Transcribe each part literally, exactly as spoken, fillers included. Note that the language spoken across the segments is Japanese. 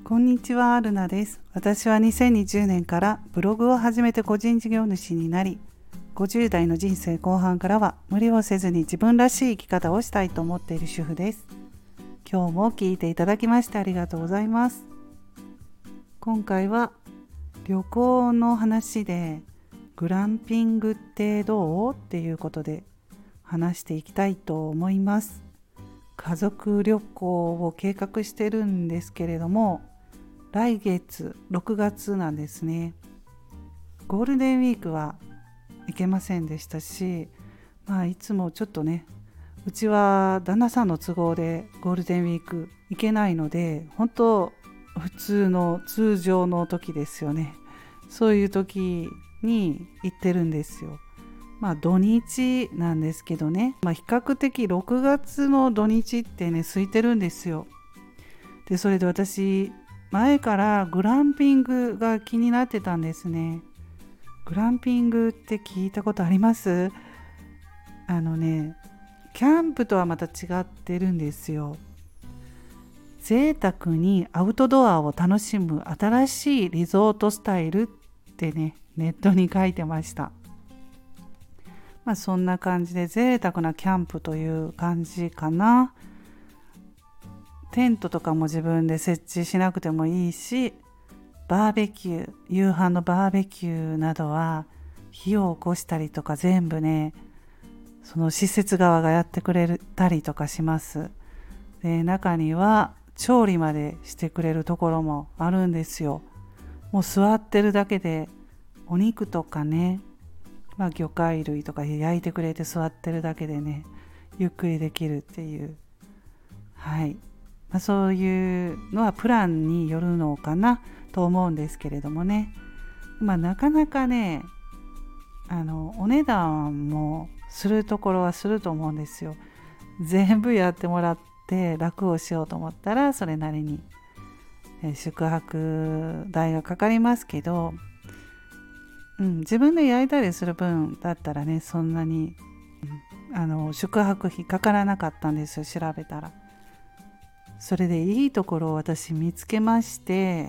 こんにちは、ルナです。私はにせんにじゅうねんからブログを始めて個人事業主になり、ごじゅう代の人生後半からは無理をせずに自分らしい生き方をしたいと思っている主婦です。今日も聞いていただきましてありがとうございます。今回は旅行の話で、グランピングってどうっていうことで話していきたいと思います。家族旅行を計画してるんですけれども、来月ろくがつなんですね。ゴールデンウィークは行けませんでしたし、まあいつもちょっとね、うちは旦那さんの都合でゴールデンウィーク行けないので、本当普通の通常の時ですよね。そういう時に行ってるんですよ。まあ土日なんですけどね、まあ比較的ろくがつの土日ってね空いてるんですよ。で、それで私前からグランピングが気になってたんですね。グランピングって聞いたことあります？あのね、キャンプとはまた違ってるんですよ。贅沢にアウトドアを楽しむ新しいリゾートスタイルってね、ネットに書いてました。まあそんな感じで贅沢なキャンプという感じかな。テントとかも自分で設置しなくてもいいし、バーベキュー、夕飯のバーベキューなどは火を起こしたりとか全部ね、その施設側がやってくれたりとかします。で、中には調理までしてくれるところもあるんですよ。もう座ってるだけでお肉とかね、まあ魚介類とか焼いてくれて座ってるだけでね、ゆっくりできるっていう。はい。まあ、そういうのはプランによるのかなと思うんですけれどもね。まあなかなかね、あのお値段もするところはすると思うんですよ。全部やってもらって楽をしようと思ったらそれなりに、えー宿泊代がかかりますけど、うん、自分で焼いたりする分だったらね、そんなに、うん、あの宿泊費かからなかったんですよ、調べたら。それでいいところを私見つけまして、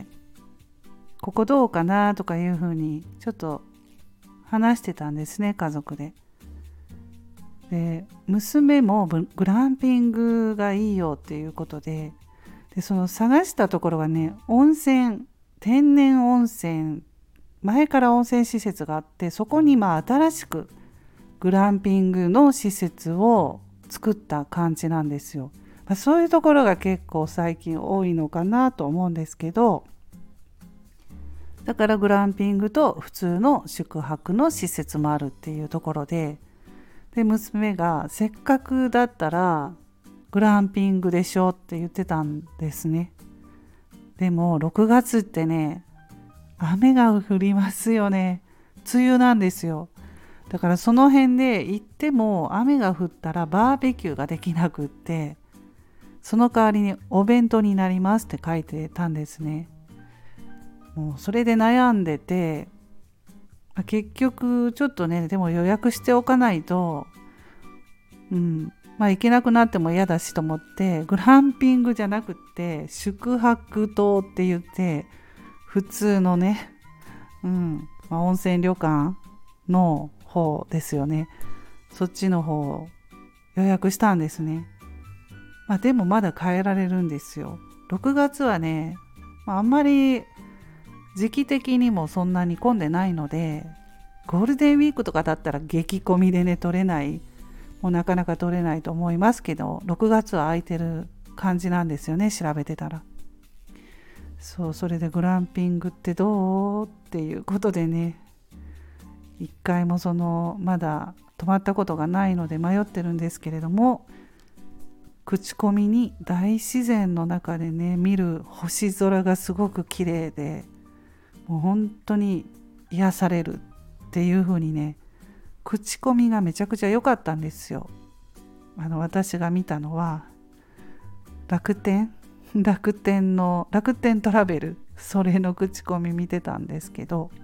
ここどうかなとかいうふうにちょっと話してたんですね、家族で。で、娘もグランピングがいいよっていうことで、でその探したところがね、温泉、天然温泉、前から温泉施設があって、そこにまあ新しくグランピングの施設を作った感じなんですよ。まあ、そういうところが結構最近多いのかなと思うんですけど、だからグランピングと普通の宿泊の施設もあるっていうところで、で娘がせっかくだったらグランピングでしょって言ってたんですね。でもろくがつってね、雨が降りますよね。梅雨なんですよ。だからその辺で行っても雨が降ったらバーベキューができなくって、その代わりにお弁当になりますって書いてたんですね。もうそれで悩んでて、結局ちょっとね、でも予約しておかないと、うん、まあ行けなくなっても嫌だしと思って、グランピングじゃなくって宿泊棟って言って、普通のね、うん、まあ、温泉旅館の方ですよね。そっちの方を予約したんですね。まあでもまだ変えられるんですよ。ろくがつはね、まあ、あんまり時期的にもそんなに混んでないので、ゴールデンウィークとかだったら激混みでね取れない、もうなかなか取れないと思いますけど、ろくがつは空いてる感じなんですよね、調べてたら。そう、それでグランピングってどうっていうことでね、一回もそのまだ泊まったことがないので迷ってるんですけれども、口コミに大自然の中でね見る星空がすごく綺麗で、もう本当に癒されるっていう風にね、口コミがめちゃくちゃ良かったんですよ。あの私が見たのは楽天楽天の楽天トラベル、それの口コミ見てたんですけど、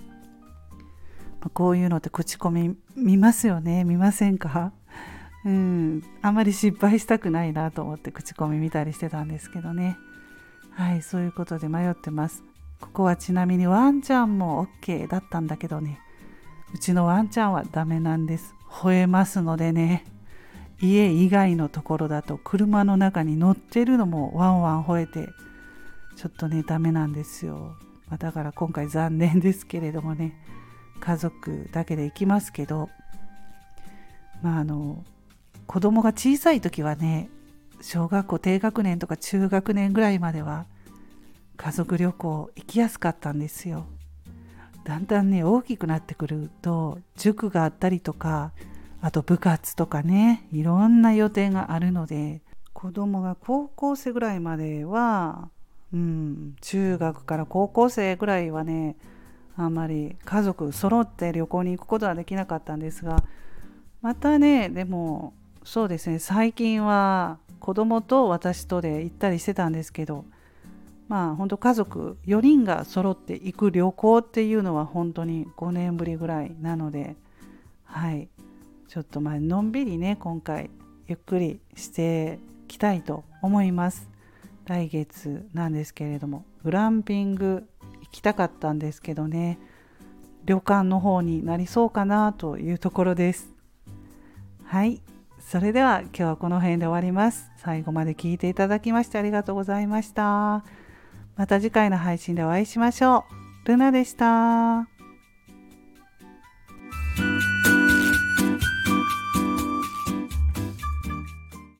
こういうのって口コミ見ますよね、見ませんか？うん、あまり失敗したくないなと思って口コミ見たりしてたんですけどね。 はい、そういうことで迷ってます。ここはちなみにワンちゃんも OK だったんだけどね、うちのワンちゃんはダメなんです。吠えますのでね、家以外のところだと車の中に乗ってるのもワンワン吠えて、ちょっとねダメなんですよ。まあ、だから今回残念ですけれどもね、家族だけで行きますけど、まああの子供が小さい時はね、小学校低学年とか中学年ぐらいまでは家族旅行行きやすかったんですよ。だんだんね大きくなってくると塾があったりとか、あと部活とかね、いろんな予定があるので、子供が高校生ぐらいまでは、うん、中学から高校生ぐらいはね、あんまり家族揃って旅行に行くことはできなかったんですが、またね、でもそうですね、最近は子供と私とで行ったりしてたんですけど、まあ本当家族よにんが揃って行く旅行っていうのは本当にごねんぶりぐらいなので、はい、ちょっとまあのんびりね今回ゆっくりしてきたいと思います。来月なんですけれども、グランピング行きたかったんですけどね、旅館の方になりそうかなというところです。はい、それでは今日はこの辺で終わります。最後まで聞いていただきましてありがとうございました。また次回の配信でお会いしましょう。ルナでした。